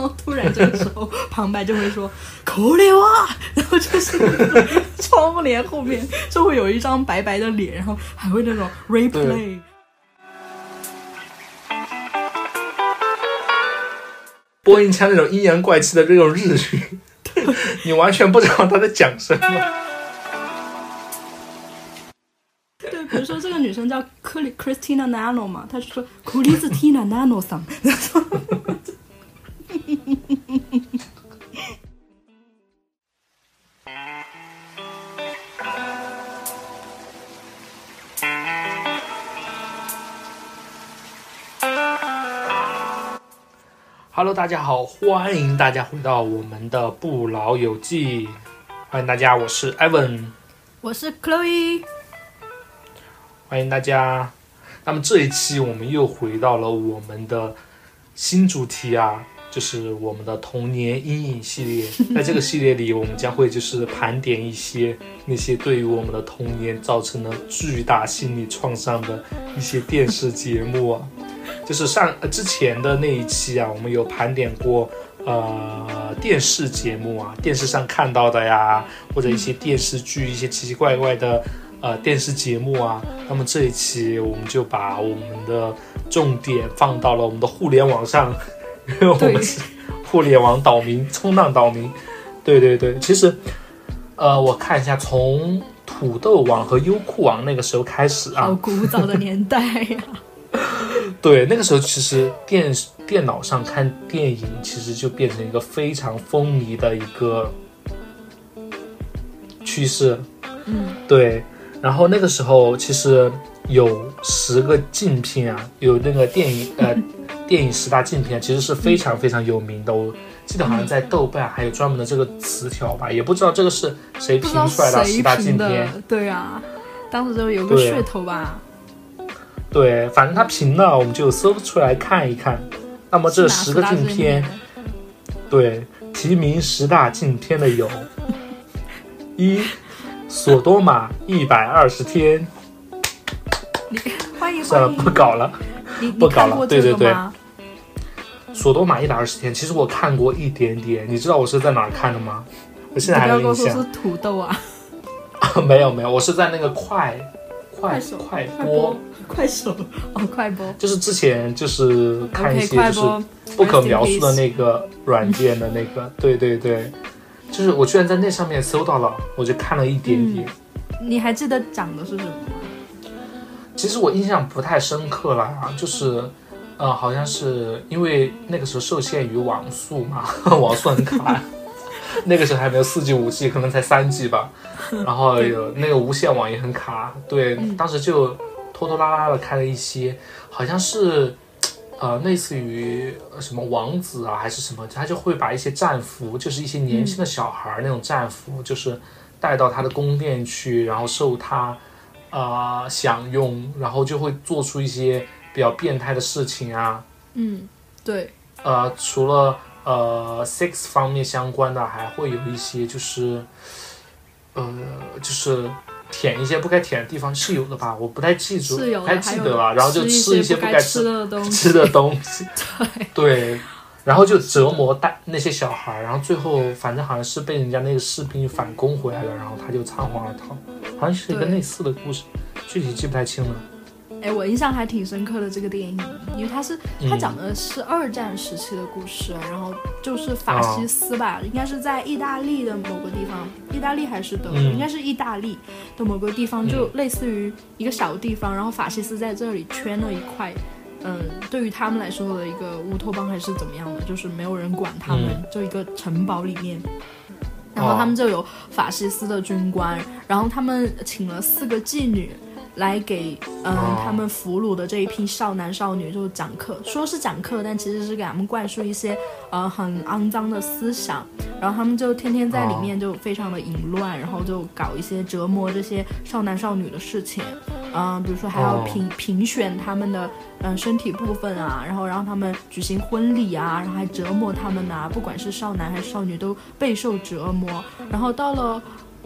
后突然这个时候旁白就会说口令哇，然后就是窗帘后面就会有一张白白的脸，然后还会那种 replay。 播音腔那种阴阳怪气的这种日语，你完全不知道他在讲什么。 对，比如说这个女生叫Christina Nano 嘛，她就说 Christina Nano 桑。 Hello， 大家好，欢迎大家回到我们的不老友记。欢迎大家，我是 Evan， 我是 Chloe， 欢迎大家。那么这一期我们又回到了我们的新主题啊，就是我们的童年阴影系列。在这个系列里，我们将会就是盘点一些那些对于我们的童年造成了巨大心理创伤的一些电视节目啊。就是之前的那一期啊，我们有盘点过电视节目啊，电视上看到的呀，或者一些电视剧，一些奇奇怪怪的电视节目啊。那么这一期我们就把我们的重点放到了我们的互联网上，因为我们是互联网岛民，冲浪岛民。对对对，其实我看一下，从土豆网和优酷网那个时候开始啊， 好古早的年代呀。 对，那个时候其实电脑上看电影其实就变成一个非常风靡的一个趋势。对。然后那个时候其实有10个竞片啊，有那个电影10大竞片，其实是非常非常有名的。我记得好像在豆瓣还有专门的这个词条吧，也不知道这个是谁评出来的10大竞片。 对啊，当时就有个噱头吧。 对，反正他评了，我们就搜出来看一看。那么这10个竞片，对，提名10大竞片的有1索多玛120天。 欢迎算了，不搞了，不搞了。对对对，索多玛120天，其实我看过一点点。你知道我是在哪儿看的吗？我现在还有印象。 你不要跟我说是土豆啊？ 没有没有，我是在那个快播，就是之前就是看一些就是不可描述的那个软件的那个，对对对，就是我居然在那上面搜到了，我就看了一点点。 你还记得讲的是什么吗？ 其实我印象不太深刻了啊，就是好像是因为那个时候受限于网速嘛，网速很卡。那个时候还没有4G 5G， 可能才3G 吧，然后有那个无线网也很卡。对，当时就拖拖拉拉的开了一些，好像是类似于什么王子啊还是什么，他就会把一些战俘，就是一些年轻的小孩那种战俘，就是带到他的宫殿去，然后受他享用，然后就会做出一些比较变态的事情啊。 对。 除了sex 方面相关的，还会有一些就是就是舔一些不该舔的地方是有的吧，我不太记住，不太记得了。然后就吃一些不该吃的东西，对，然后就折磨那些小孩，然后最后反正好像是被人家那个士兵反攻回来了，然后他就仓皇而逃，好像是一个类似的故事，具体记不太清了。 我印象还挺深刻的这个电影，因为它讲的是2战时期的故事，然后就是法西斯吧，应该是在意大利的某个地方，意大利还是德国，应该是意大利的某个地方，就类似于一个小地方，然后法西斯在这里圈了一块，对于他们来说的一个乌托邦还是怎么样的，就是没有人管他们，就一个城堡里面。然后他们就有法西斯的军官，然后他们请了4个妓女来给他们俘虏的这一批少男少女就讲课，说是讲课，但其实是给他们灌输一些很肮脏的思想，然后他们就天天在里面就非常的淫乱，然后就搞一些折磨这些少男少女的事情，比如说还要评选他们的身体部分啊，然后让他们举行婚礼啊，然后还折磨他们啊，不管是少男还是少女都备受折磨。然后到了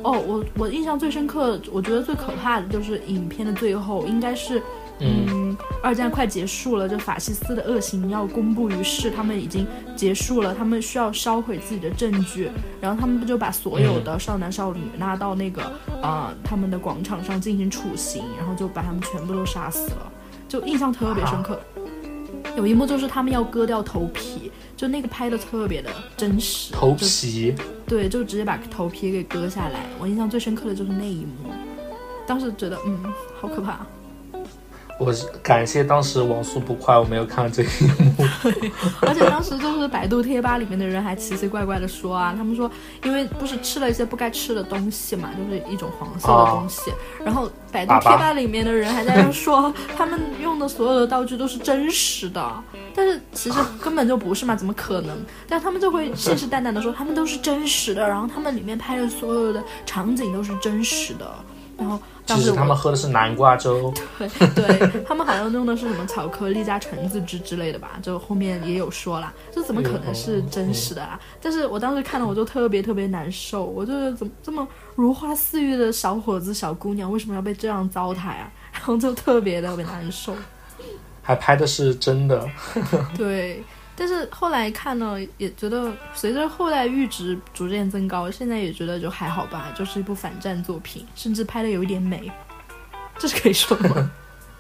我印象最深刻，我觉得最可怕的就是影片的最后，应该是二战快结束了，这法西斯的恶行要公布于世，他们已经结束了，他们需要烧毁自己的证据，然后他们就把所有的少男少女拉到那个他们的广场上进行处刑，然后就把他们全部都杀死了，就印象特别深刻。有一幕就是他们要割掉头皮，就那个拍的特别的真实。 头皮？ 对，就直接把头皮给割下来。我印象最深刻的就是那一幕，当时觉得好可怕。 我感谢当时网速不快，我没有看到这一幕。 而且当时就是百度贴吧里面的人还奇奇怪怪的说啊，他们说因为不是吃了一些不该吃的东西嘛，就是一种黄色的东西，然后百度贴吧里面的人还在那说他们用的所有的道具都是真实的，但是其实根本就不是嘛，怎么可能？但他们就会信誓旦旦的说他们都是真实的，然后他们里面拍的所有的场景都是真实的。然后其实他们喝的是南瓜粥。 对，他们好像用的是什么巧克力加橙子汁之类的吧，就后面也有说啦，这怎么可能是真实的啊？但是我当时看了我就特别特别难受，我觉得怎么这么如花似玉的小伙子小姑娘为什么要被这样糟蹋啊？然后就特别特别难受。 还拍的是真的。 对，但是后来看呢，也觉得随着后代阈值逐渐增高，现在也觉得就还好吧，就是一部反战作品，甚至拍的有一点美，这是可以说吗？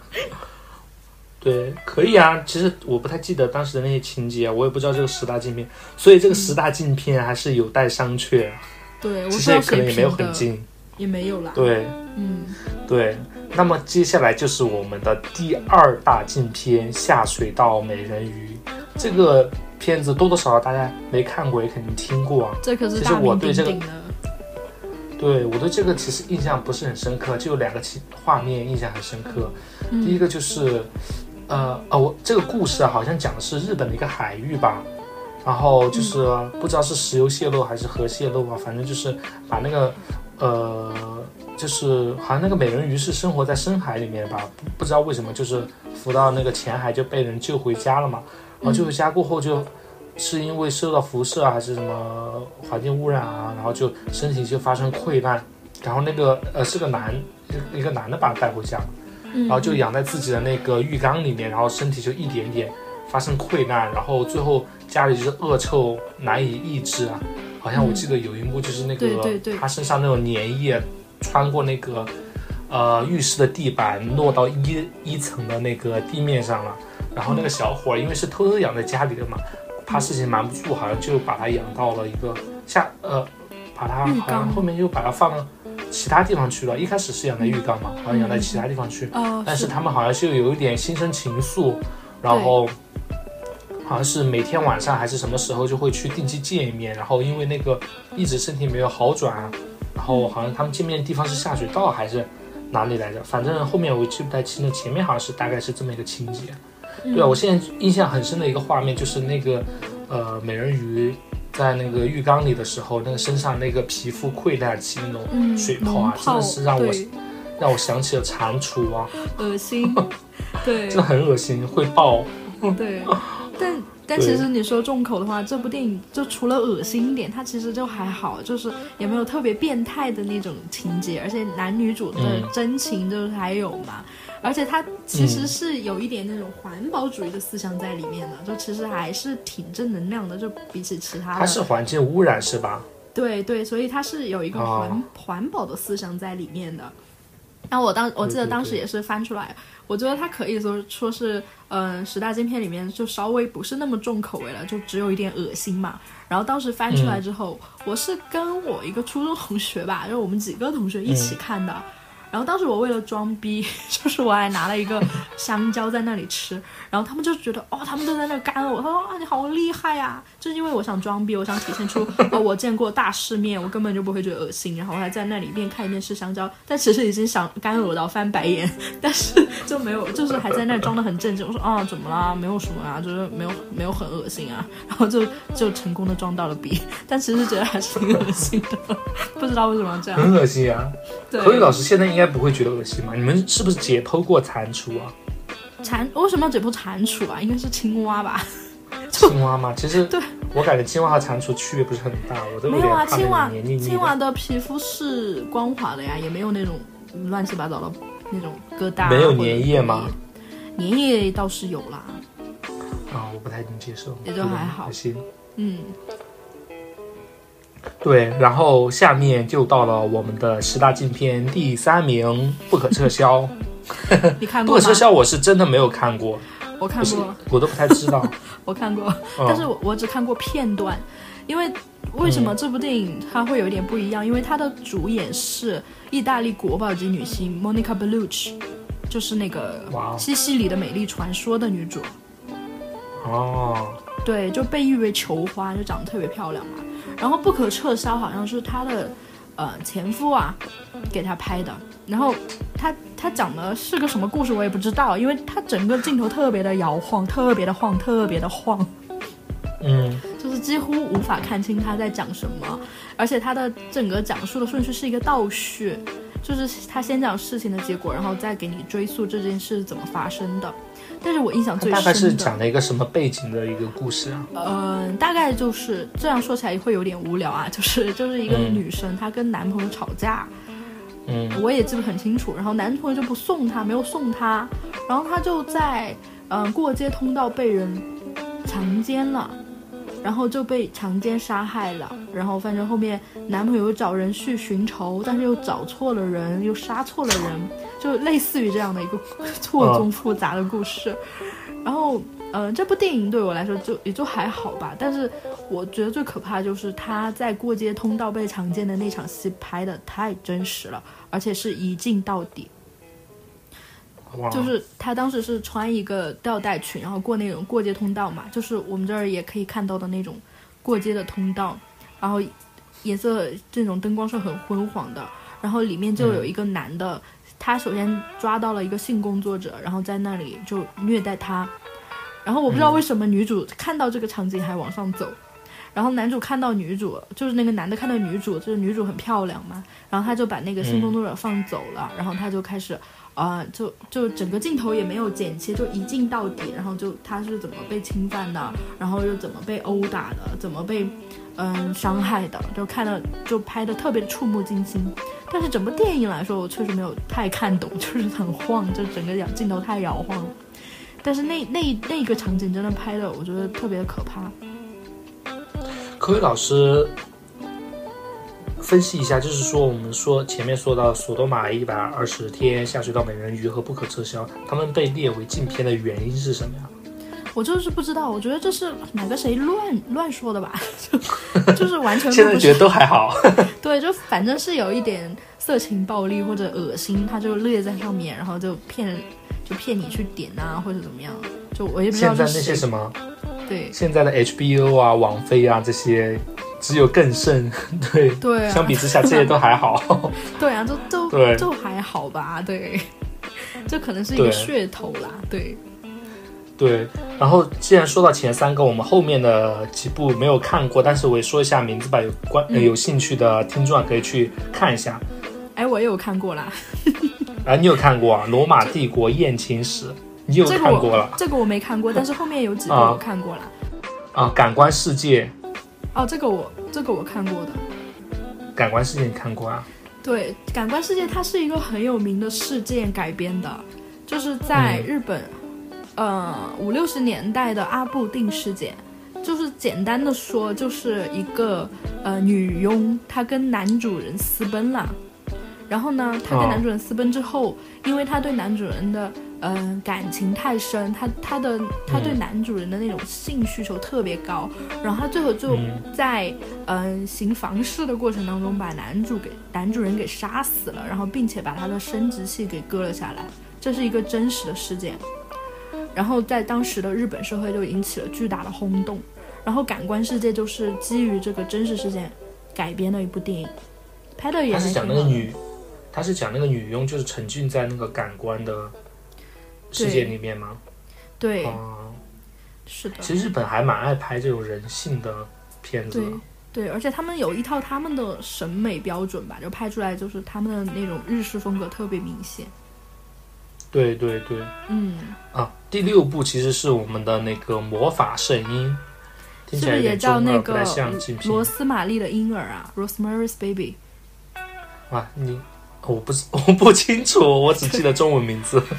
对，可以啊。其实我不太记得当时的那些情节，我也不知道这个10大禁片，所以这个10大禁片还是有待商榷。 对，我其实也可能也没有很近， 也没有啦。 对，对。那么接下来就是我们的第2大禁片《下水道美人鱼》。这个片子多多少少大家没看过也肯定听过啊。 这可是大名鼎鼎的。 对，我对这个其实印象不是很深刻，就有2个画面印象很深刻。第一个就是我这个故事好像讲的是日本的一个海域吧，然后就是不知道是石油泄漏还是核泄漏啊，反正就是把那个就是好像那个美人鱼是生活在深海里面吧，不知道为什么就是浮到那个浅海就被人救回家了嘛，然后救回家过后就是因为受到辐射啊还是什么环境污染啊，然后就身体就发生溃烂，然后那个是一个男的把他带回家，然后就养在自己的那个浴缸里面，然后身体就一点点发生溃烂，然后最后家里就是恶臭难以抑制啊。好像我记得有一幕就是那个他身上那种粘液穿过那个浴室的地板落到一层的那个地面上了，然后那个小伙因为是偷偷养在家里的嘛，怕事情瞒不住，好像就把他养到了一个把他好像后面又把他放到其他地方去了，一开始是养在浴缸嘛，好像养在其他地方去，但是他们好像是有一点心生情愫，然后好像是每天晚上还是什么时候就会去定期见一面，然后因为那个一直身体没有好转啊，然后好像他们见面的地方是下水道还是哪里来着，反正后面我记不太清了，前面好像是大概是这么一个情节。对啊，我现在印象很深的一个画面就是那个美人鱼在那个浴缸里的时候，那个身上那个皮肤溃烂起那种水泡啊，真的是让我想起了蟾蜍啊， 恶心。对， 真的很恶心，会爆。 对，但其实你说重口的话，这部电影就除了恶心一点，它其实就还好，就是也没有特别变态的那种情节，而且男女主的真情就是还有嘛，而且它其实是有一点那种环保主义的思想在里面的，就其实还是挺正能量的，就比起其他的。 它是环境污染是吧？ 对对，所以它是有一个环保的思想在里面的。然后我记得当时也是翻出来，我觉得它可以说是10大禁片里面就稍微不是那么重口味了，就只有一点恶心嘛。然后当时翻出来之后，我是跟我一个初中同学吧，就是我们几个同学一起看的。然后当时我为了装逼，就是我还拿了一个香蕉在那里吃，然后他们就觉得他们都在那干我，他说你好厉害呀，就是因为我想装逼，我想体现出我见过大世面，我根本就不会觉得恶心，然后我还在那里一边看一边吃香蕉，但其实已经想干呕到翻白眼，但是就没有，就是还在那装得很正经，我说怎么啦，没有什么啊，就是没有很恶心啊，然后就成功的装到了逼，但其实觉得还是挺恶心的，不知道为什么要这样， 很恶心啊。 对， 何宇老师现在应该不会觉得恶心吗？你们是不是解剖过蟾蜍啊？ 为什么要解剖蟾蜍啊？应该是青蛙吧？ 青蛙嘛，其实对， 我感觉青蛙和蟾蜍区别不是很大，我都有点怕那种黏腻腻的。 青蛙的皮肤是光滑的呀，也没有那种乱七八糟的那种疙瘩， 没有粘液吗？ 年夜倒是有啦。 我不太能接受， 也就还好。 行。 对， 然后下面就到了我们的10大禁片第3名，不可撤销。 你看过吗？ 不可撤销我是真的没有看过， 我看过， 我都不太知道。 我看过，但是我只看过片段，因为什么这部电影它会有一点不一样？因为它的主演是意大利国宝级女星 Monica Bellucci， 就是那个西西里的美丽传说的女主。对，就被誉为球花，就长得特别漂亮嘛。然后不可撤销好像是她的前夫啊给她拍的，然后他讲的是个什么故事我也不知道，因为他整个镜头特别的摇晃，特别的晃，特别的晃，就是几乎无法看清他在讲什么，而且他的整个讲述的顺序是一个倒叙，就是他先讲事情的结果，然后再给你追溯这件事怎么发生的。但是我印象最深的大概是讲了一个什么背景的一个故事啊？大概就是这样说起来会有点无聊啊，就是一个女生，她跟男朋友吵架。我也记不很清楚，然后男朋友就不送她，没有送她，然后她就在过街通道被人强奸了，然后就被强奸杀害了，然后反正后面男朋友找人去寻仇，但是又找错了人，又杀错了人，就类似于这样的一个错综复杂的故事。然后这部电影对我来说也就还好吧，但是我觉得最可怕就是他在过街通道被强奸的那场戏拍的太真实了，而且是一镜到底。就是他当时是穿一个吊带裙，然后过那种过街通道嘛，就是我们这儿也可以看到的那种过街的通道，然后颜色这种灯光是很昏黄的，然后里面就有一个男的，他首先抓到了一个性工作者，然后在那里就虐待他，然后我不知道为什么女主看到这个场景还往上走，然后男主看到女主，就是那个男的看到女主，就是女主很漂亮嘛，然后他就把那个性工作者放走了，然后他就开始就整个镜头也没有剪切，就一镜到底，然后就他是怎么被侵犯的，然后又怎么被殴打的，怎么被伤害的，就看了就拍的特别的触目惊心。但是整部电影来说我确实没有太看懂，就是很晃，就整个镜头太摇晃了，但是那个场景真的拍的我觉得特别的可怕。 柯宇老师分析一下，就是说我们说前面说到索多玛120天、下水道美人鱼和不可撤销，他们被列为禁片的原因是什么呀？ 我就是不知道，我觉得这是哪个谁乱说的吧，就是完全现在觉得都还好。 对，就反正是有一点色情暴力或者恶心，他就列在上面，然后就骗你去点啊，或者怎么样，就我也不知道。 现在那些什么， 对， 现在的 HBO 啊、网飞啊这些，只有更甚。对啊，相比之下这些都还好。 对啊，就还好吧，对，这可能是一个噱头啦，对， 然后既然说到前3个，我们后面的几部没有看过，但是我也说一下名字吧，有兴趣的听众可以去看一下。 我也有看过啦。 你有看过啊？罗马帝国艳情史你有看过了？ 这个我没看过，但是后面有几部我看过了。 感官世界这个我看过的。 感官世界你看过啊？ 对，感官世界它是一个很有名的事件改编的，就是在日本50-60年代的阿部定事件，就是简单的说就是一个女佣她跟男主人私奔了，然后呢她跟男主人私奔之后，因为她对男主人的感情太深，她对男主人的那种性需求特别高，然后她最后就在行房事的过程当中把男主人给杀死了，然后并且把他的生殖器给割了下来，这是一个真实的事件。然后在当时的日本社会就引起了巨大的轰动，然后感官世界就是基于这个真实事件改编的一部电影，拍的也他是讲那个女佣就是沉浸在那个感官的世界里面吗？ 对，是的。 其实日本还蛮爱拍这种人性的片子的。 对，而且他们有一套他们的审美标准吧，就拍出来就是他们的那种日式风格特别明显。 对，第6部其实是我们的那个魔法圣婴，听起来有点中二，不太像禁片。 罗斯玛丽的婴儿啊 ，Rosemary's Baby。 我不清楚，我只记得中文名字。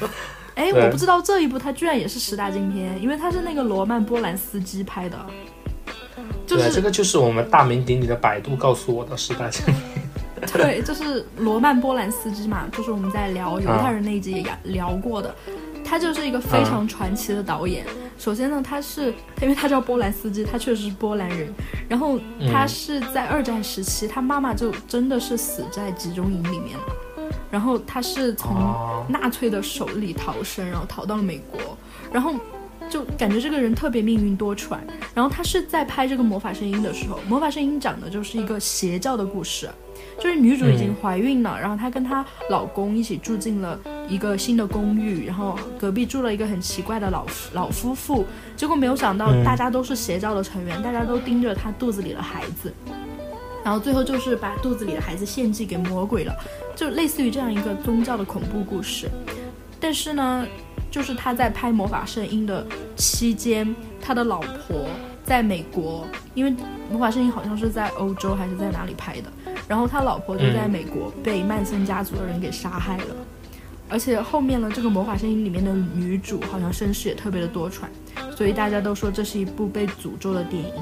哎，我不知道这一部它居然也是10大禁片，因为它是那个罗曼波兰斯基拍的。 对，这个就是我们大名鼎鼎的百度告诉我的10大禁片。 对，就是罗曼波兰斯基嘛，就是我们在聊犹太人那一集也聊过的。他就是一个非常传奇的导演。首先呢，因为他叫波兰斯基，他确实是波兰人。然后他是在2战时期，他妈妈就真的是死在集中营里面了。然后他是从纳粹的手里逃生，然后逃到了美国。然后就感觉这个人特别命运多舛。然后他是在拍这个魔法圣婴的时候，魔法圣婴讲的就是一个邪教的故事，就是女主已经怀孕了，然后她跟她老公一起住进了一个新的公寓，然后隔壁住了一个很奇怪的老夫妇，结果没有想到大家都是邪教的成员，大家都盯着她肚子里的孩子，然后最后就是把肚子里的孩子献祭给魔鬼了，就类似于这样一个宗教的恐怖故事。但是呢，就是他在拍魔法圣婴的期间，他的老婆在美国，因为魔法圣婴好像是在欧洲还是在哪里拍的，然后他老婆就在美国被曼森家族的人给杀害了。而且后面呢，这个魔法圣婴里面的女主好像身世也特别的多舛，所以大家都说这是一部被诅咒的电影。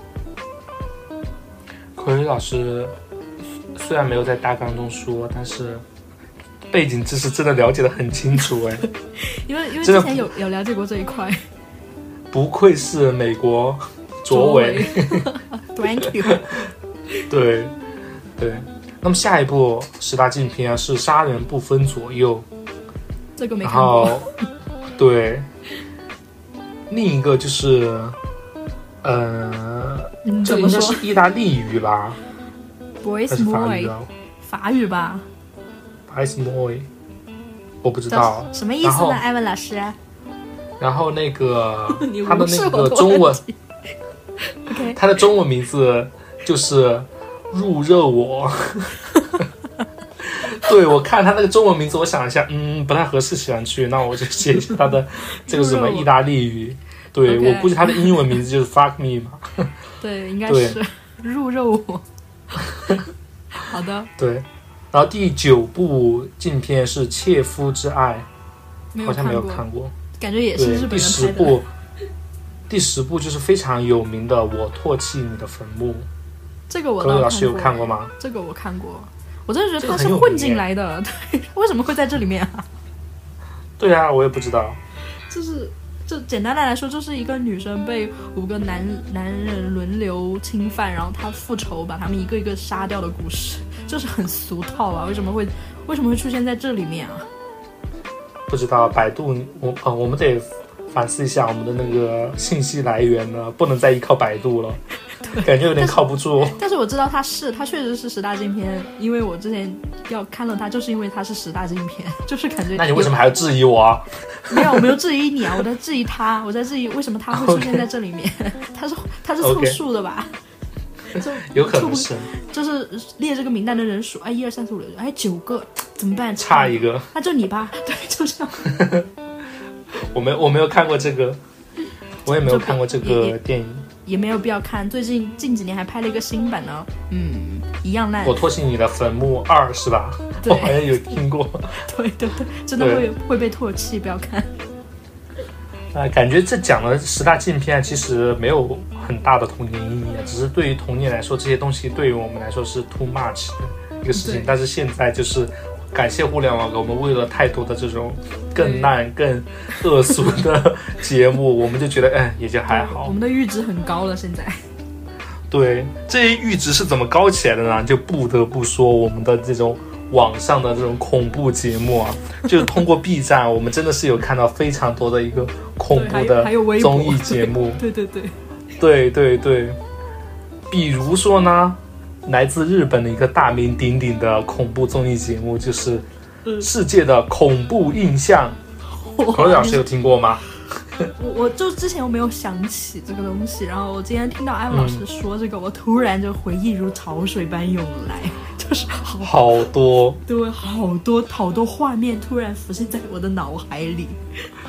口语老师虽然没有在大纲中说，但是背景知识真的了解得很清楚哎。 因为之前有了解过这一块。 不愧是美国卓伟。 Thank you。 对。那么下一部10大禁片是杀人不分左右， 这个没看过。 对，另一个就是这应该是意大利语吧？ Boys Boy 法语吧？ Boys Boy 我不知道什么意思呢，艾文老师？ 然后那个他的那个中文 okay. 他的中文名字就是入热我。对，我看他那个中文名字，我想一下，不太合适写上去，那我就写一下他的这个什么意大利语。对， okay. 我估计他的英文名字就是 fuck me 嘛。 对，应该是入肉我。好的。 对，然后第9部禁片是《切肤之爱》，好像没有看过， 感觉也是日本人拍的。 第10部就是非常有名的《我唾弃你的坟墓》。 这个我各位老师有看过吗？ 这个我看过，我真的觉得他是混进来的。对，为什么会在这里面啊？ 对啊，我也不知道。 就简单的来说，就是一个女生被5个男人轮流侵犯，然后她复仇，把他们一个一个杀掉的故事，就是很俗套啊。为什么会出现在这里面啊？ 不知道，百度我们得反思一下我们的那个信息来源呢，不能再依靠百度了。感觉有点靠不住。 但是我知道它确实是10大禁片，因为我之前看了它，就是因为它是10大禁片，就是感觉。 那你为什么还要质疑我啊？ 没有，我没有质疑你啊，我在质疑他，我在质疑为什么他会出现在这里面。他是凑数的吧？ 有可能是， 就是列这个名单的人数，1、2、3、4、5、6，9个，怎么办？ 差一个， 那就你吧。对，就这样。 我没有看过这个，我也没有看过这个电影。 也没有必要看，近几年还拍了一个新版呢，一样烂。 我唾弃你的坟墓2是吧？我好像有听过。 对，真的会被唾弃，不要看。 感觉这讲的10大禁片其实没有很大的童年意义，只是对于童年来说，这些东西对于我们来说是 too much 的一个事情。但是现在就是感谢互联网给我们喂了太多的这种更烂更恶俗的节目，我们就觉得也就还好。 我们的阈值很高了现在。 对，这些阈值是怎么高起来的呢？就不得不说我们的这种网上的这种恐怖节目啊，就是通过 B 站我们真的是有看到非常多的一个恐怖的综艺节目。对，比如说呢，来自日本的一个大名鼎鼎的恐怖综艺节目，就是世界的恐怖印象。口语老师有听过吗？ 我就之前我没有想起这个东西，然后我今天听到艾文老师说这个，我突然就回忆如潮水般涌来，就是好多，对，好多画面突然浮现在我的脑海里。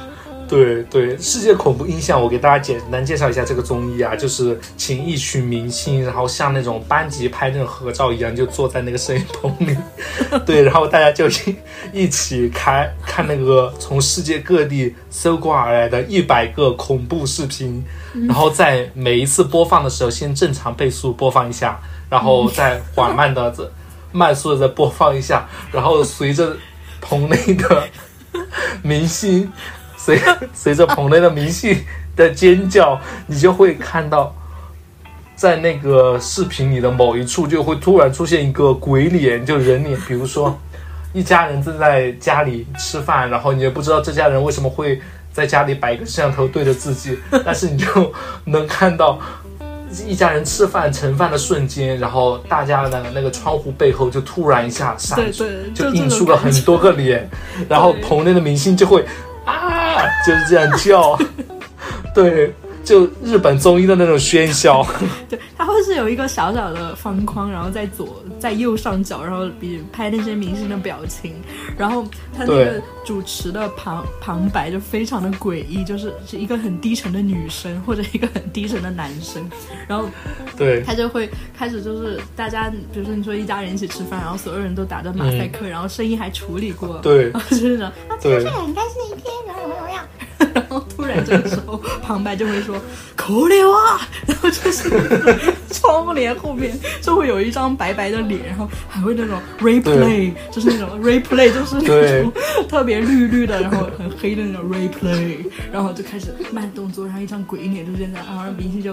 对对，世界恐怖印象，我给大家简单介绍一下这个综艺啊，就是请一群明星，然后像那种班级拍那种合照一样，就坐在那个摄影棚里，对，然后大家就一起看那个从世界各地搜刮而来的100个恐怖视频，然后在每一次播放的时候，先正常倍速播放一下，然后再缓慢的慢速的播放一下，然后随着棚内的明星。随着棚内的明星的尖叫，你就会看到在那个视频里的某一处就会突然出现一个鬼脸，就人脸，比如说一家人正在家里吃饭，然后你也不知道这家人为什么会在家里摆一个摄像头对着自己，但是你就能看到一家人吃饭盛饭的瞬间，然后大家的那个窗户背后就突然一下闪出，就映出了很多个脸，然后棚内的明星就会啊，就是这样叫，对，就日本综艺的那种喧嚣。 对，它会是有一个小小的方框，然后在右上角，然后拍那些明星的表情，然后他那个主持的旁白就非常的诡异，就是一个很低沉的女生或者一个很低沉的男生，然后对他就会开始就是大家，比如说你说一家人一起吃饭，然后所有人都打着马赛克，然后声音还处理过， 对， 然后就是说对， 很开心的一天，然后然后突然这个时候旁白就会说口令啊，然后就是窗帘后面就会有一张白白的脸，然后还会那种 replay， 就是那种 replay， 就是那种特别绿的，然后很黑的那种 replay， 然后就开始慢动作，然后一张鬼脸就现在，然后明星就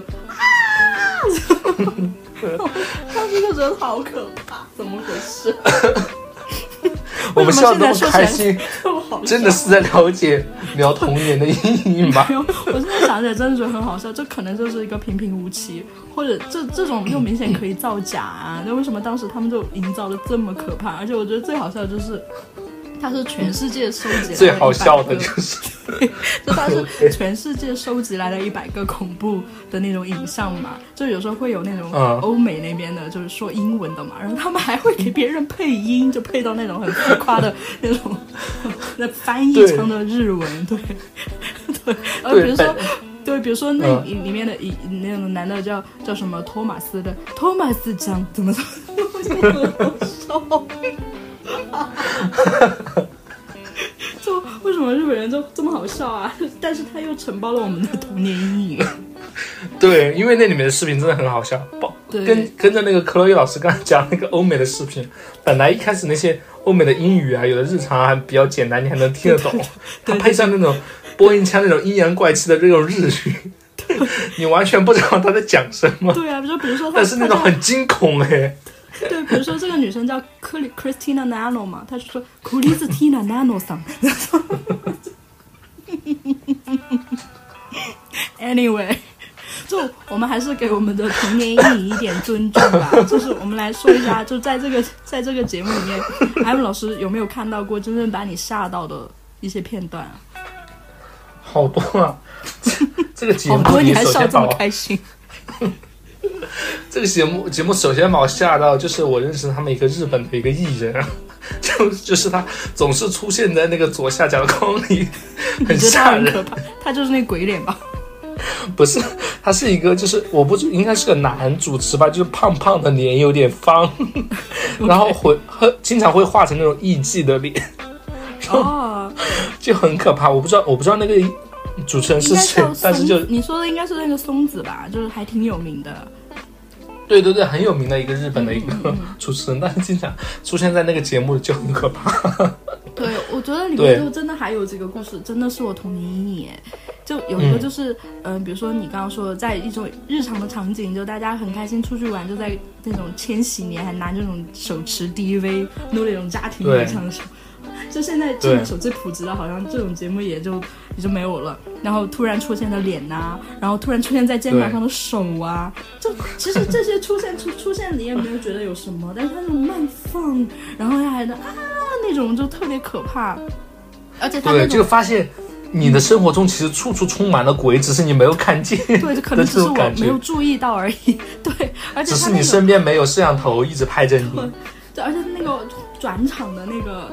当时就觉得好可怕，怎么回事？ 我们笑得那么开心，真的是在聊童年的阴影吗？ 我现在想起来真的觉得很好笑，这可能就是一个平平无奇，或者这种又明显可以造假啊，那为什么当时他们就营造的这么可怕？而且我觉得最好笑的就是它是全世界收集来的最好笑的就是就它是全世界收集来的100个恐怖的那种影像嘛，就有时候会有那种欧美那边的就是说英文的嘛，然后他们还会给别人配音，就配到那种很浮夸的那种那翻译腔的日文，对对，比如说对，比如说那里面的那种男的叫什么托马斯的托马斯酱怎么说就为什么日本人就这么好笑啊？但是他又承包了我们的童年阴影。 对，因为那里面的视频真的很好笑，跟着那个克洛伊老师刚才讲那个欧美的视频，本来一开始那些欧美的英语啊，有的日常还比较简单，你还能听得懂，他配上那种播音腔那种阴阳怪气的这种日语，你完全不知道他在讲什么。 对啊，比如说但是那种很惊恐对，比如说这个女生叫Christina Nano 嘛，她就说 Christina Nano 桑。Anyway， 就我们还是给我们的童年阴影一点尊重吧。就是我们来说一下，就在这个节目里面，M 老师有没有看到过真正把你吓到的一些片段啊？ 好多啊！这个节目好多，你还笑这么开心？ 这个节目首先把我吓到，就是我认识他们一个日本的一个艺人，就是他总是出现在那个左下角的框里，很吓人。 你觉得他很可怕？他就是那鬼脸吧？ 不是，他是一个就是应该是个男主持吧，就是胖胖的脸有点方，然后经常会画成那种艺妓的脸，就很可怕。我不知道那个主持人是谁，但是就你说的应该是那个松子吧，就是还挺有名的。 对，很有名的一个日本的一个主持人，但是经常出现在那个节目里就很可怕。 对，我觉得里面就真的还有这个故事，真的是我童年阴影。就有一个就是，比如说你刚刚说在一种日常的场景，就大家很开心出去玩，就在那种千禧年还拿这种手持 DV 录那种家庭演唱秀。就现在智能手机普及了，好像这种节目也就没有了。然后突然出现的脸啊，然后突然出现在肩膀上的手啊，就其实这些出现你也没有觉得有什么，但是它那种慢放，然后还的那种就特别可怕。而且它那种就发现你的生活中其实处处充满了鬼，只是你没有看见。 对，就可能只是我没有注意到而已。对，而且只是你身边没有摄像头一直拍着你。 对，而且那个转场的那个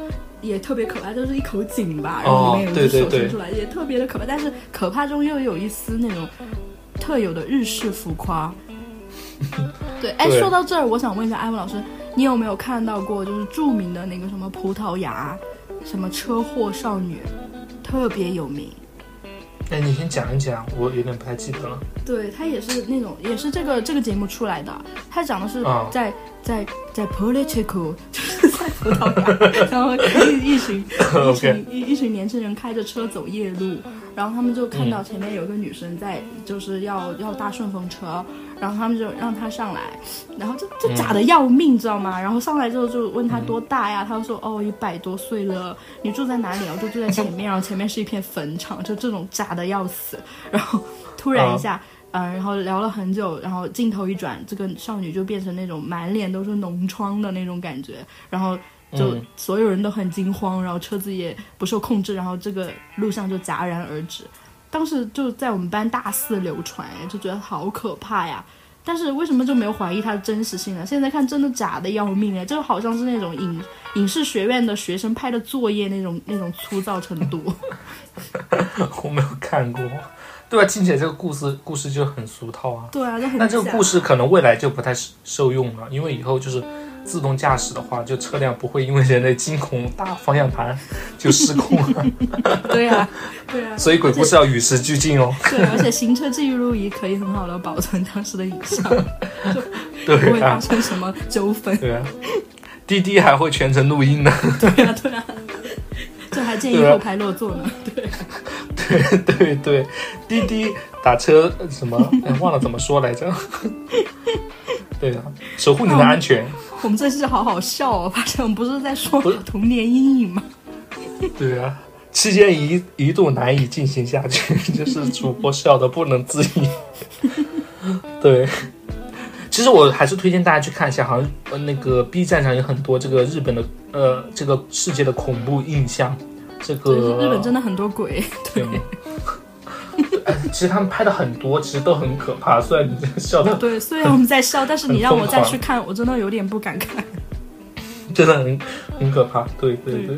也特别可怕，就是一口井吧，然后里面有一只手伸出来，也特别的可怕。但是可怕中又有一丝那种特有的日式浮夸。对，哎，说到这儿，我想问一下艾文老师，你有没有看到过就是著名的那个什么葡萄牙什么车祸少女，特别有名？ 哎，你先讲一讲，我有点不太记得了。 对，他也是那种，也是这个节目出来的。他讲的是在 Politico， 就是在葡萄牙，然后一群年轻人开着车走夜路，然后他们就看到前面有个女生在，就是要搭顺风车，然后他们就让她上来，然后就假的要命，知道吗？然后上来之后就问她多大呀，她就说100多岁了，你住在哪里？我就住在前面，然后前面是一片坟场，就这种假的要死，然后突然一下。然后聊了很久，然后镜头一转，这个少女就变成那种满脸都是脓疮的那种感觉，然后就所有人都很惊慌，然后车子也不受控制，然后这个录像就戛然而止。当时就在我们班大肆流传，就觉得好可怕呀。但是为什么就没有怀疑它的真实性呢？现在看真的假的要命哎，就好像是那种影视学院的学生拍的作业那种粗糙程度。 我没有看过。对啊，听起来这个故事就很俗套啊。 对啊，就很假。 那这个故事可能未来就不太受用了，因为以后就是自动驾驶的话，就车辆不会因为人类惊恐打方向盘就失控了。 对啊。 所以鬼故事要与时俱进哦。 对，而且行车记录仪可以很好的保存当时的影像， 对， 不会发生什么纠纷。 对啊，滴滴还会全程录音呢。 对啊。这还建议后排落座呢。 对，滴滴打车什么忘了怎么说来着。对啊，守护你的安全。 我们这期好好笑哦，发现我们不是在说童年阴影吗？ 对啊，期间一度难以进行下去，就是主播笑得不能自已。对，其实我还是推荐大家去看一下，好像那个 B 站上有很多这个日本的这个世界的恐怖印象。这个日本真的很多鬼。对。 其实他们拍的很多，其实都很可怕。虽然你笑的， 对，虽然我们在笑，但是你让我再去看，我真的有点不敢看。 真的很可怕。对。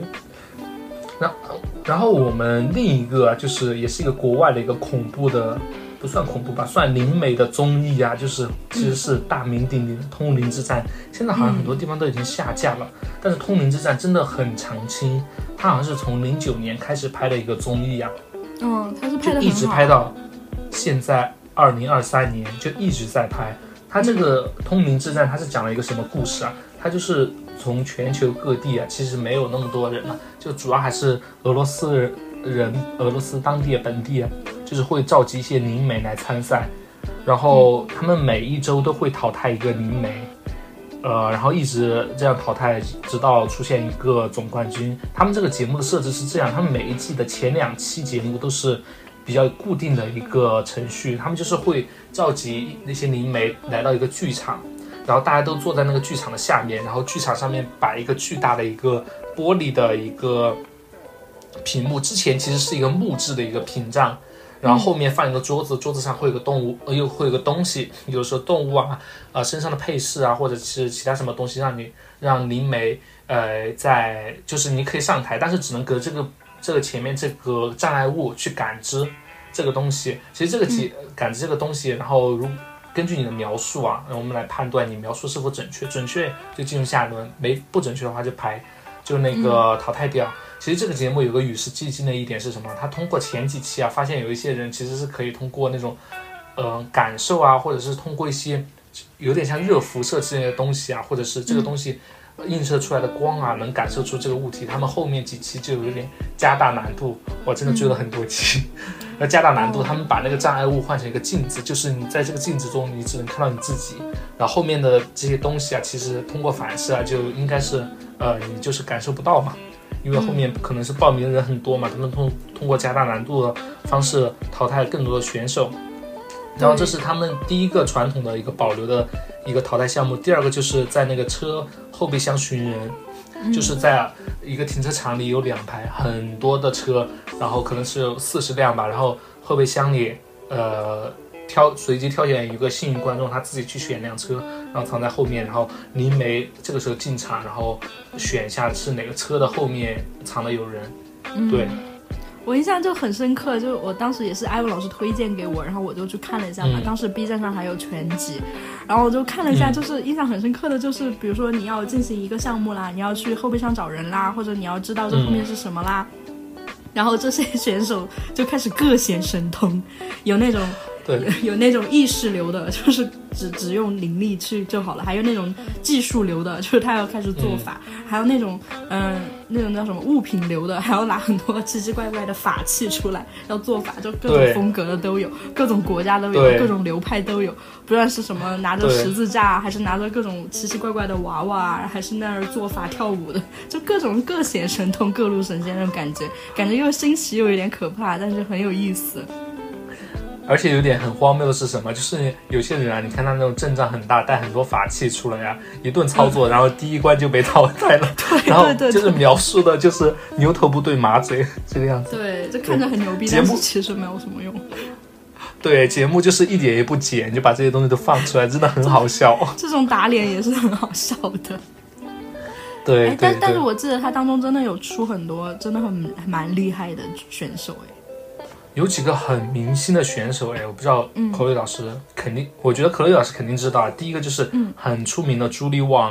然后我们另一个就是也是一个国外的一个恐怖的，不算恐怖吧，算灵媒的综艺啊，就是其实是大名鼎鼎的《通灵之战》。现在好像很多地方都已经下架了，但是《通灵之战》真的很长青，它好像是从09年开始拍的一个综艺啊。 它是拍的很好， 就一直拍到现在2023年，就一直在拍。它这个《通灵之战》它是讲了一个什么故事啊？它就是从全球各地啊，其实没有那么多人了，就主要还是俄罗斯当地本地啊，就是会召集一些灵媒来参赛，然后他们每一周都会淘汰一个灵媒。然后一直这样淘汰，直到出现一个总冠军。他们这个节目的设置是这样，他们每一季的前2期节目都是比较固定的一个程序，他们就是会召集那些灵媒来到一个剧场，然后大家都坐在那个剧场的下面，然后剧场上面摆一个巨大的一个玻璃的一个屏幕，之前其实是一个木质的一个屏障，然后后面放一个桌子，桌子上会有个动物，又会有个东西，有时候动物啊，身上的配饰啊，或者是其他什么东西，让灵媒在就是你可以上台，但是只能隔这个前面这个障碍物去感知这个东西。其实这个感知这个东西，然后根据你的描述啊，我们来判断你描述是否准确，准确就进入下一轮，不准确的话就那个淘汰掉。其实这个节目有个与时俱进的一点是什么？他通过前几期啊，发现有一些人其实是可以通过那种感受啊，或者是通过一些有点像热辐射之类的东西啊，或者是这个东西映射出来的光啊，能感受出这个物体。他们后面几期就有点加大难度，我真的追了很多期。那加大难度，他们把那个障碍物换成一个镜子，就是你在这个镜子中，你只能看到你自己，然后后面的这些东西啊，其实通过反射啊，就应该是你就是感受不到嘛。因为后面可能是报名的人很多嘛，他们通过加大难度的方式淘汰更多的选手。然后这是他们第一个传统的一个保留的一个淘汰项目。第二个就是在那个车后备箱寻人，就是在一个停车场里有2排很多的车，然后可能是有40辆吧，然后后备箱里随机挑选一个幸运观众，他自己去选辆车，然后藏在后面，然后灵媒这个时候进场，然后选一下是哪个车的后面藏的有人。对， 我印象就很深刻，就我当时也是艾文老师推荐给我，然后我就去看了一下嘛。当时 B 站上还有全集，然后我就看了一下，就是印象很深刻的就是，比如说你要进行一个项目啦，你要去后备箱找人啦，或者你要知道这后面是什么啦，然后这些选手就开始各显神通，有那种。 对， 有那种意识流的，就是只用灵力去就好了，还有那种技术流的，就是他要开始做法，还有那种那种叫什么物品流的，还要拿很多奇奇怪怪的法器出来要做法，就各种风格的都有，各种国家都有，各种流派都有，不知道是什么拿着十字架，还是拿着各种奇奇怪怪的娃娃，还是那儿做法跳舞的，就各种各显神通各路神仙那种感觉又新奇又有点可怕，但是很有意思。 而且有点很荒谬的是什么？就是有些人啊，你看他那种阵仗很大，带很多法器出来呀，一顿操作，然后第一关就被淘汰了。然后就是描述的就是牛头不对马嘴这个样子。 对，就看着很牛逼，但是其实没有什么用。 对，节目就是一点也不剪，就把这些东西都放出来，真的很好笑。 这种打脸也是很好笑的。 对， 但是我记得他当中真的有出很多真的蛮厉害的选手有几个很明星的选手我不知道口语老师肯定，我觉得口语老师肯定知道。第一个就是很出名的朱莉旺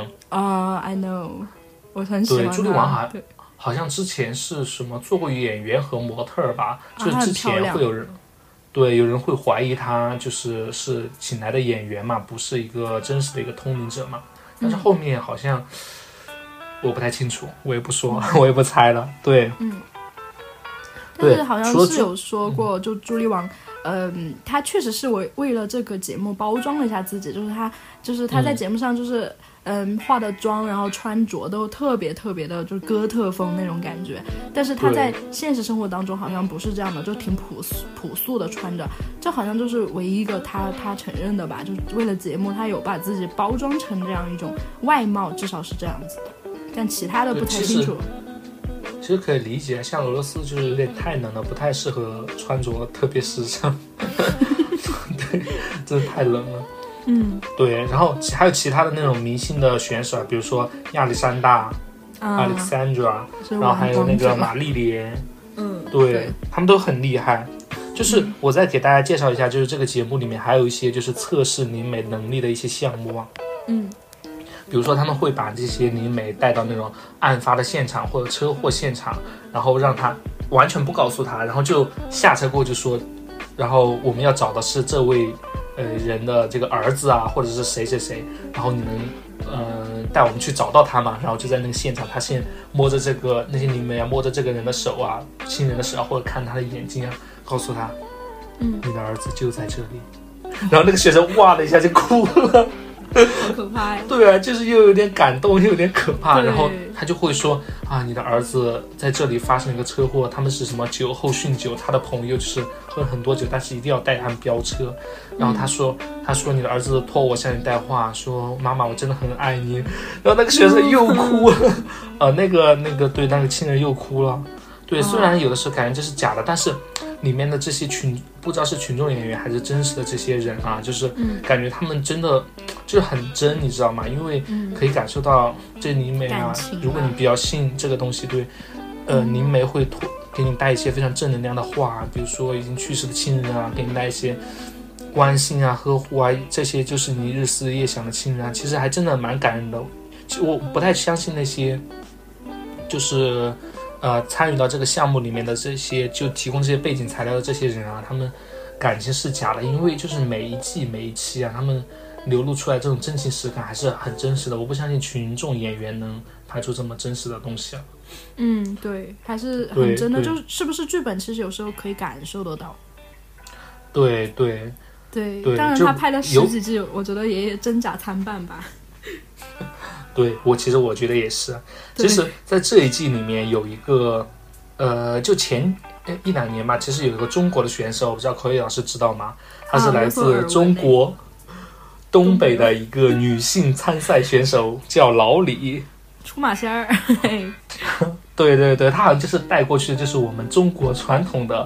I know， 我很喜欢他。 对，朱莉旺好像之前是什么做过演员和模特吧，就是之前会有人有人会怀疑他是请来的演员嘛，不是一个真实的一个通灵者嘛。但是后面好像我不太清楚，我也不说，我也不猜了。对， 但是好像是有说过，就朱莉王，他确实是为了这个节目包装了一下自己，就是他在节目上就是化的妆，然后穿着都特别特别的，就是哥特风那种感觉。但是他在现实生活当中好像不是这样的，就挺朴素的穿着，就好像就是唯一一个他承认的吧，就是为了节目他有把自己包装成这样一种外貌，至少是这样子的，但其他的不太清楚。 其实可以理解，像俄罗斯就是有点太冷了，不太适合穿着特别时尚。对，真的太冷了。对，然后还有其他的那种明星的选手，比如说亚历山大、Alexandra， 然后还有那个玛丽莲，对，他们都很厉害。就是我再给大家介绍一下，就是这个节目里面还有一些就是测试灵媒能力的一些项目啊。比如说他们会把这些灵媒带到那种案发的现场或者车祸现场，然后让他完全不告诉他，然后就下车过就说，然后我们要找的是这位人的这个儿子啊，或者是谁谁谁，然后你能带我们去找到他嘛？然后就在那个现场，他先摸着那些灵媒啊，摸着这个人的手啊，亲人的手啊，或者看他的眼睛啊，告诉他，你的儿子就在这里。然后那个学生哇的一下就哭了。 好可怕呀！ 对啊，就是又有点感动，又有点可怕。然后他就会说啊，你的儿子在这里发生了一个车祸，他们是什么酒后酗酒，他的朋友就是喝了很多酒，但是一定要带他们飙车。然后他说你的儿子托我向你带话，说妈妈我真的很爱你。然后那个学生又哭了，那个对，那个亲人又哭了。对，虽然有的时候感觉这是假的，但是里面的这些不知道是群众演员还是真实的这些人啊，就是感觉他们真的就是很真，你知道吗？因为可以感受到这灵媒啊，如果你比较信这个东西，对，灵媒会给你带一些非常正能量的话，比如说已经去世的亲人啊，给你带一些关心啊、呵护啊，这些就是你日思夜想的亲人啊，其实还真的蛮感人的。其实我不太相信那些就是参与到这个项目里面的这些就提供这些背景材料的这些人啊，他们感情是假的，因为就是每一季每一期啊，他们流露出来这种真情实感还是很真实的。我不相信群众演员能拍出这么真实的东西啊。 对，还是很真的，就是不是剧本其实有时候可以感受得到。 对， 当然他拍了10几季，我觉得也真假参半吧。 对，其实我觉得也是。其实在这一季里面有一个就前1-2年吧，其实有一个中国的选手，我不知道口语老师知道吗？她是来自中国东北的一个女性参赛选手，叫老李， 出马仙儿。 对，她好像就是带过去的就是我们中国传统的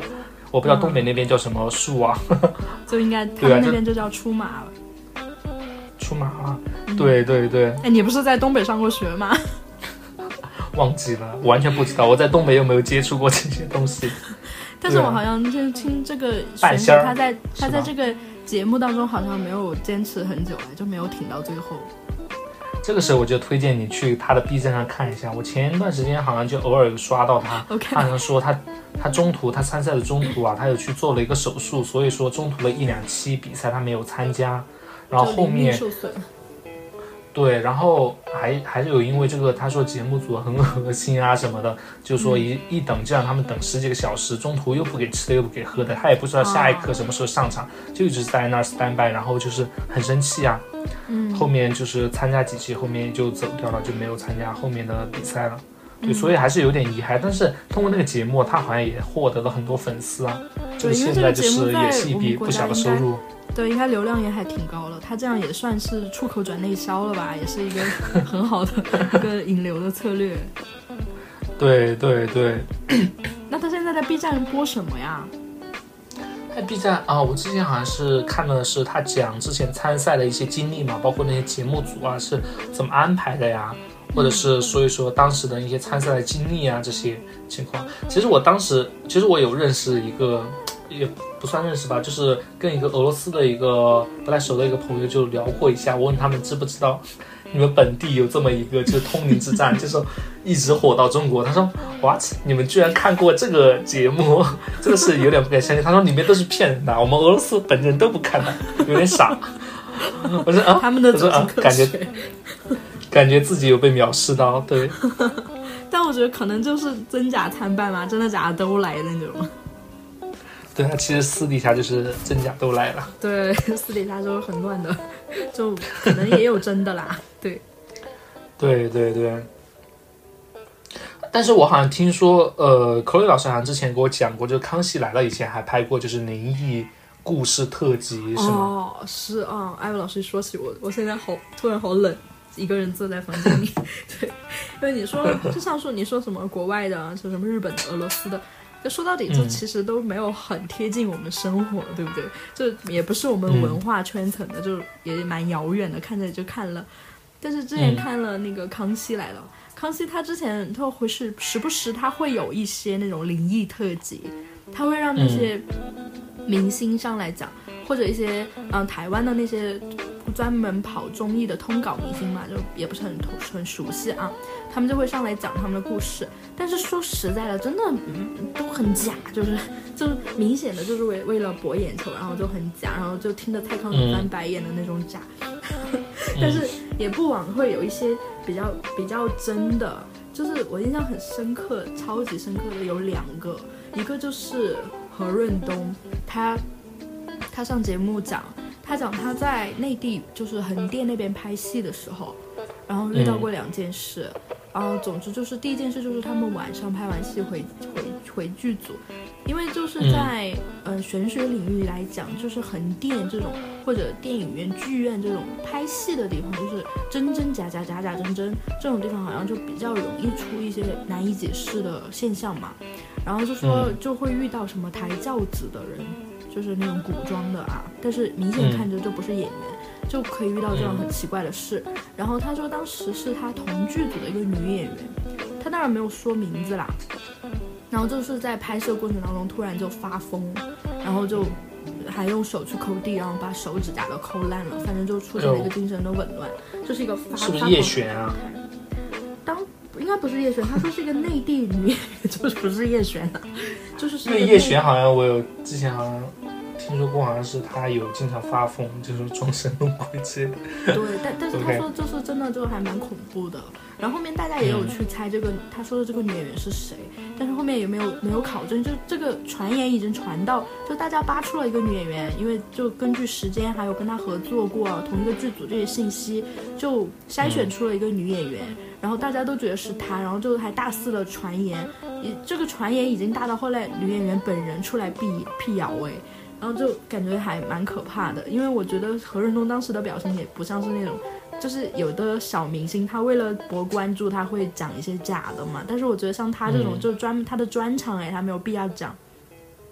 我不知道东北那边叫什么树啊， 就应该他们那边就叫出马了。 出马啊，对对对。 哎，你不是在东北上过学吗？ 忘记了，完全不知道。我在东北又没有接触过这些东西。 但是我好像就听这个选手，他在这个节目当中好像没有坚持很久，就没有挺到最后。 这个时候我就推荐你去他的 B 站上看一下。我前一段时间好像就偶尔有刷到他， okay. 他好像说他中途他参赛的中途啊，他有去做了一个手术，所以说中途的1-2期比赛他没有参加，然后后面受损。 对，然后还是有因为这个，他说节目组很恶心啊什么的，就说一等就让他们等10几个小时，中途又不给吃的又不给喝的，他也不知道下一刻什么时候上场，就一直在那儿 stand by， 然后就是很生气啊。后面就是参加几期，后面就走掉了，就没有参加后面的比赛了。对，所以还是有点遗憾。但是通过那个节目，他好像也获得了很多粉丝啊，就现在就是也是一笔不小的收入。 对，应该流量也还挺高了，他这样也算是出口转内销了吧，也是一个很好的一个引流的策略。 对对对。 那他现在在 B 站播什么呀？ 在 B 站啊，我之前好像是看的是他讲之前参赛的一些经历嘛，包括那些节目组啊是怎么安排的呀，或者是说一说当时的一些参赛的经历啊这些情况。其实我有认识一个，也不算认识吧，就是跟一个俄罗斯的一个不太熟的一个朋友就聊过一下，我问他们知不知道你们本地有这么一个就是通灵之战，就是一直火到中国。他说 What？ 你们居然看过这个节目，真的是有点不敢相信。他说里面都是骗人的，我们俄罗斯本人都不看的，有点傻。我说啊， 他们的走进科学， 感觉自己有被藐视到，对。 但我觉得可能就是真假参半嘛，真的假的都来的那种。 对，他其实私底下就是真假都来了。 对，私底下就是很乱的，就可能也有真的啦。对， 对对对。但是我好像听说，口里老师好像之前给我讲过，就是《康熙来了》以前还拍过就是灵异故事特辑，是吗？ 哦，是啊，艾文老师说起我现在突然好冷，一个人坐在房间里。对，因为你说就像说你说什么国外的，就什么日本的、俄罗斯的。就说到底，就其实都没有很贴近我们生活，对不对？就也不是我们文化圈层的，就也蛮遥远的，看着就看了。但是之前看了那个《康熙来了》，康熙他之前他会时不时他会有一些那种灵异特辑，他会让那些明星上来讲，或者一些台湾的那些专门跑综艺的通稿明星嘛，就也不是很熟悉啊，他们就会上来讲他们的故事。但是说实在的，真的都很假，就是明显的就是为了博眼球，然后就很假，然后就听着蔡康永翻白眼的那种假。但是也不枉会有一些比较真的，就是我印象很深刻，超级深刻的有2个，一个就是何润东，他上节目讲他在内地就是横店那边拍戏的时候，然后遇到过2件事。然后总之就是第一件事就是他们晚上拍完戏回剧组，因为就是在玄学领域来讲，就是横店这种或者电影院剧院这种拍戏的地方，就是真真假假假假真真这种地方，好像就比较容易出一些难以解释的现象嘛。然后就说就会遇到什么抬轿子的人，就是那种古装的啊，但是明显看着就不是演员，就可以遇到这样很奇怪的事。然后他说当时是他同剧组的一个女演员，他当然没有说名字啦，然后就是在拍摄过程当中突然就发疯，然后就还用手去抠地，然后把手指甲都抠烂了，反正就出现了一个精神的紊乱，就是一个是不是叶璇啊？ 应该不是叶璇，他说是一个内地女演员，就是不是叶璇的，就是因为叶璇好像我有之前好像听说过，好像是他有经常发疯，就是装神弄鬼之类的。 对，但是他说就是真的就还蛮恐怖的。然后后面大家也有去猜这个他说的这个女演员是谁，但是后面也没有考证，就这个传言已经传到，就大家扒出了一个女演员，因为就根据时间还有跟她合作过同一个剧组这些信息，就筛选出了一个女演员。然后大家都觉得是她，然后就还大肆的传言，这个传言已经大到后来女演员本人出来辟谣然后就感觉还蛮可怕的。因为我觉得何润东当时的表现也不像是那种，就是有的小明星他为了博关注他会讲一些假的嘛，但是我觉得像他这种就他的专场他没有必要讲。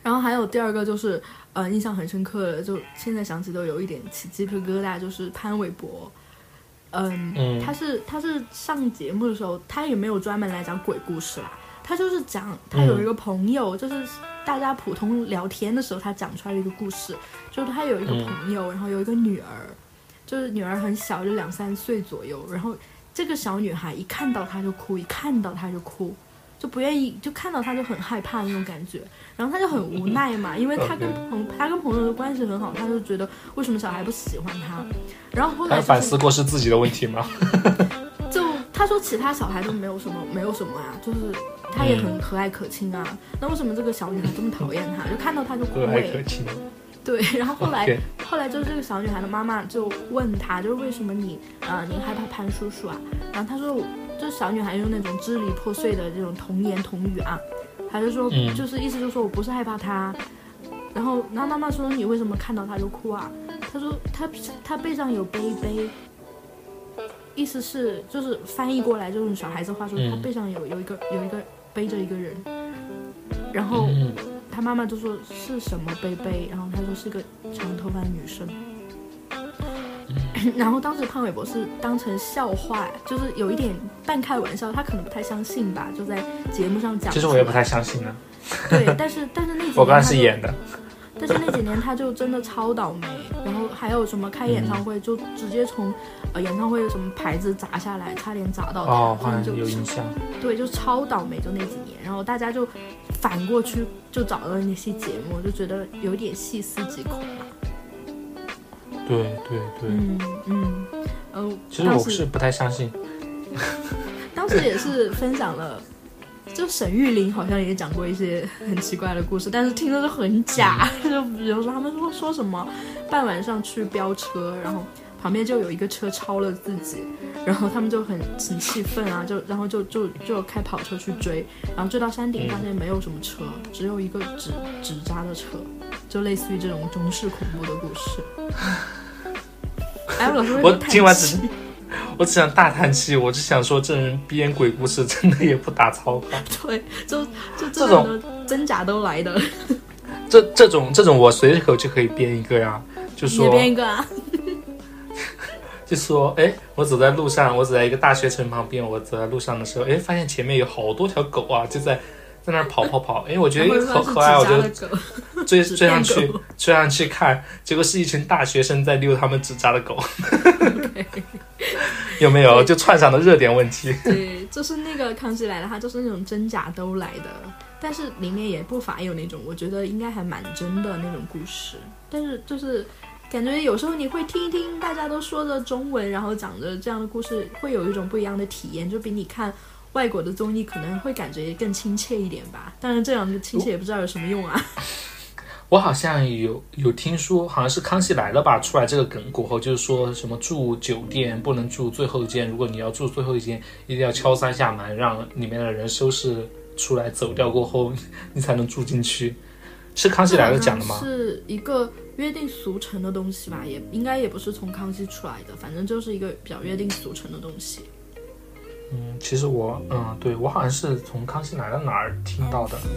然后还有第二个就是印象很深刻的，就现在想起都有一点起鸡皮疙瘩，就是潘玮柏。他是上节目的时候，他也没有专门来讲鬼故事啦，他就是讲他有一个朋友，就是大家普通聊天的时候他讲出来的一个故事，就是他有一个朋友，然后有一个女儿，就是女儿很小，就2-3岁左右，然后这个小女孩一看到他就哭，一看到他就哭，就不愿意，就看到他就很害怕那种感觉，然后他就很无奈嘛，因为他跟朋友的关系很好，他就觉得为什么小孩不喜欢他，然后后来、就是、 他反思过是自己的问题吗？ 就他说其他小孩都没有什么啊，就是他也很和蔼可亲啊，那为什么这个小女孩这么讨厌他？就看到他就哭。和蔼可亲。 对，然后后来就是这个小女孩的妈妈就问他，就是为什么你害怕潘叔叔啊？然后他说，就是小女孩用那种支离破碎的这种童言童语啊，他就说，就是意思就是说我不是害怕他。然后妈妈说你为什么看到他就哭啊？他说他背上有背，意思是就是翻译过来就是小孩子话说，他背上有一个背着一个人，然后。他妈妈就说是什么贝贝，然后他说是个长头发的女生，然后当时潘玮柏是当成笑话，就是有一点半开玩笑，他可能不太相信吧，就在节目上讲。 其实我也不太相信呢。 对，但是那几年我刚才是演的。 但是那几年他就真的超倒霉，然后还有什么开演唱会就直接从演唱会的什么牌子砸下来，差点砸到他， 好像有印象。对， 就超倒霉，就那几年，然后大家就反过去就找到那些节目，就觉得有点细思极恐嘛。 对。其实我是不太相信。 当时也是分享了。就沈玉琳好像也讲过一些很奇怪的故事，但是听着就很假。就比如说他们说什么半晚上去飙车，然后旁边就有一个车超了自己，然后他们就很气愤啊，然后就开跑车去追，然后追到山顶发现没有什么车，只有一个纸扎的车，就类似于这种中式恐怖的故事。哎，我老师我听完我只想大叹气，我只想说这人编鬼故事真的也不打草稿。 对，就这种真假都来的。 这种我随口就可以编一个呀，就说也编一个啊。 就说我走在路上，我走在一个大学城旁边，我走在路上的时候，发现前面有好多条狗啊，就在那儿跑。我觉得好可爱，我就追上去看，结果是一群大学生在遛他们纸扎的狗。有没有就串上的热点问题？ 对，就是那个康熙来了，它就是那种真假都来的，但是里面也不乏有那种我觉得应该还蛮真的那种故事，但是就是感觉有时候你会听一听大家都说着中文，然后讲着这样的故事，会有一种不一样的体验，就比你看外国的综艺可能会感觉更亲切一点吧，但是这样的亲切也不知道有什么用啊。 我好像有听说，好像是康熙来了吧，出来这个梗过后，就是说什么住酒店不能住最后一间，如果你要住最后一间，一定要敲3下门，让里面的人收拾出来走掉过后，你才能住进去。是康熙来了讲的吗？是一个约定俗成的东西吧，也应该也不是从康熙出来的，反正就是一个比较约定俗成的东西。 其实对，我好像是从康熙来了哪儿听到的。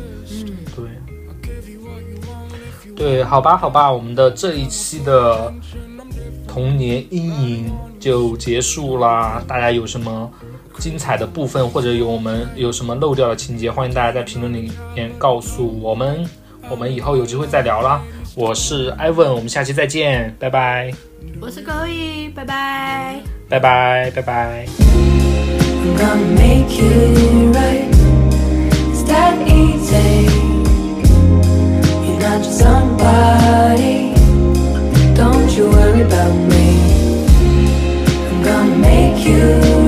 对，好吧，我们的这一期的童年阴影就结束啦。大家有什么精彩的部分，或者我们有什么漏掉的情节，欢迎大家在评论里面告诉我们。我们以后有机会再聊啦。我是 Ivan， 我们下期再见，拜拜。 我是Chloe，拜拜。 拜拜，拜拜。 I'm gonna make you right. It's that easy. You're not just somebody. Don't you worry about me. I'm gonna make you